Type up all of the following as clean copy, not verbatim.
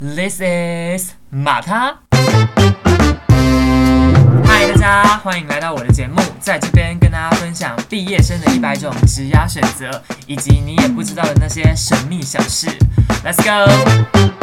This is 马他。嗨，大家欢迎来到我的节目，在这边跟大家分享毕业生的100种职涯选择，以及你也不知道的那些神秘小事。Let's go！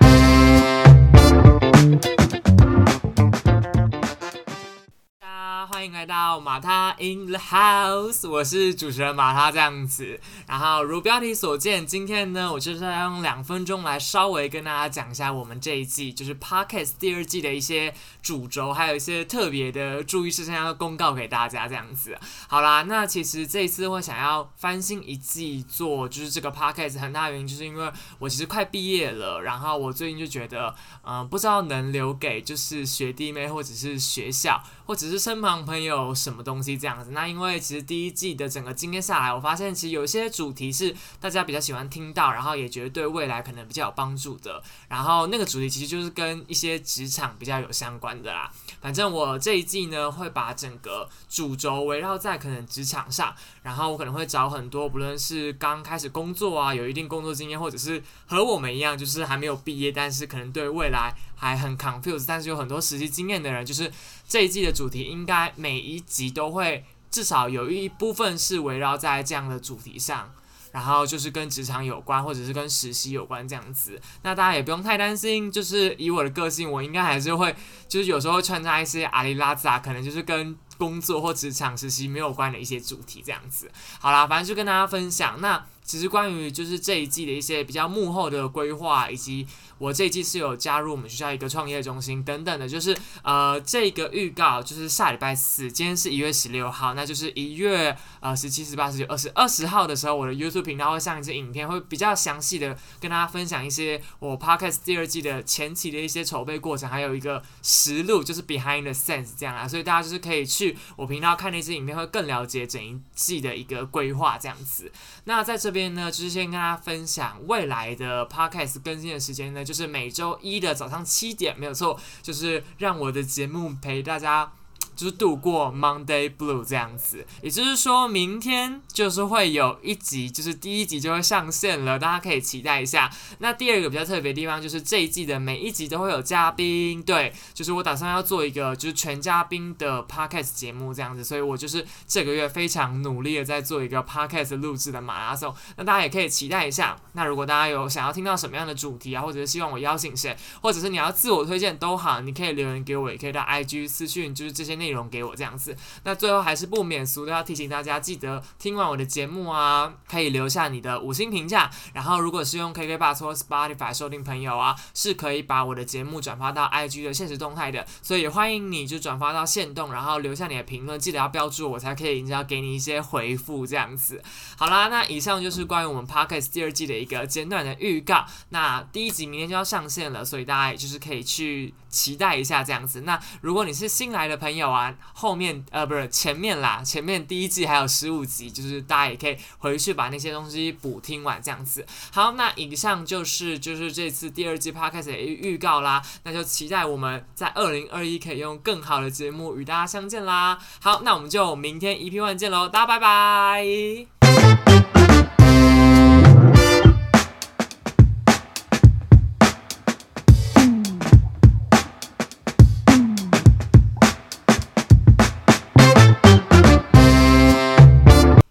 欢迎来到马他 in the house， 我是主持人马他这样子。然后如标题所见，今天呢，我就是要用2分钟来稍微跟大家讲一下我们这一季就是 Podcast 第2季的一些主轴，还有一些特别的注意事项要公告给大家这样子。好啦，那其实这一次会想要翻新一季做就是这个 Podcast 很大的原因就是因为我其实快毕业了，然后我最近就觉得不知道能留给就是学弟妹或者是学校或者是身旁朋友什么东西这样子。那因为其实第1季的整个经验下来，我发现其实有一些主题是大家比较喜欢听到，然后也觉得对未来可能比较有帮助的。然后那个主题其实就是跟一些职场比较有相关的啦。反正我这一季呢会把整个主轴围绕在可能职场上，然后我可能会找很多不论是刚开始工作啊，有一定工作经验，或者是和我们一样就是还没有毕业，但是可能对未来还很 confused， 但是有很多实际经验的人，就是这一季的主题应该每一集都会至少有一部分是围绕在这样的主题上，然后就是跟职场有关或者是跟实习有关这样子。那大家也不用太担心，就是以我的个性，我应该还是会就是有时候会穿插一些阿里拉杂，可能就是跟工作或职场实习没有关的一些主题这样子。好啦，反正就跟大家分享。那其实关于就是这一季的一些比较幕后的规划，以及我这一季是有加入我们学校一个创业中心等等的，就是这个预告就是下礼拜4，今天是1月16号，那就是1月17、18、19、20号的时候，我的 YouTube 频道会上一支影片，会比较详细的跟大家分享一些我 Podcast 第2季的前期的一些筹备过程，还有一个实录，就是 Behind the Scenes 这样啦，所以大家就是可以去我频道看那支影片，会更了解整一季的一个规划这样子。那在这边呢，就是先跟大家分享未来的 Podcast 更新的时间呢，就是每周1的早上7点，没有错，就是让我的节目陪大家就是度过 Monday Blue 这样子，也就是说明天就是会有一集，就是第1集就会上线了，大家可以期待一下。那第2个比较特别的地方就是这一季的每一集都会有嘉宾，对，就是我打算要做一个就是全嘉宾的 Podcast 节目这样子，所以我就是这个月非常努力的在做一个 Podcast 录制的马拉松，那大家也可以期待一下。那如果大家有想要听到什么样的主题啊，或者是希望我邀请谁，或者是你要自我推荐都好，你可以留言给我，也可以到 IG 私讯，就是这些内容给我这样子。那最后还是不免俗的要提醒大家，记得听完我的节目啊，可以留下你的5星评价。然后如果是用 KKBOX 或 Spotify 收听朋友啊，是可以把我的节目转发到 IG 的限时动态的，所以也欢迎你就转发到限动，然后留下你的评论，记得要标注我才可以要给你一些回复这样子。好啦，那以上就是关于我们 Podcast 第2季的一个简短的预告。那第1集明天就要上线了，所以大家也就是可以去期待一下这样子。那如果你是新来的朋友啊，后面不是前面啦，前面第1季还有15集，就是大家也可以回去把那些东西补听完这样子。好，那以上就是这次第2季 Podcast 的预告啦，那就期待我们在2021可以用更好的节目与大家相见啦。好，那我们就明天 EP1 见咯，大家拜拜。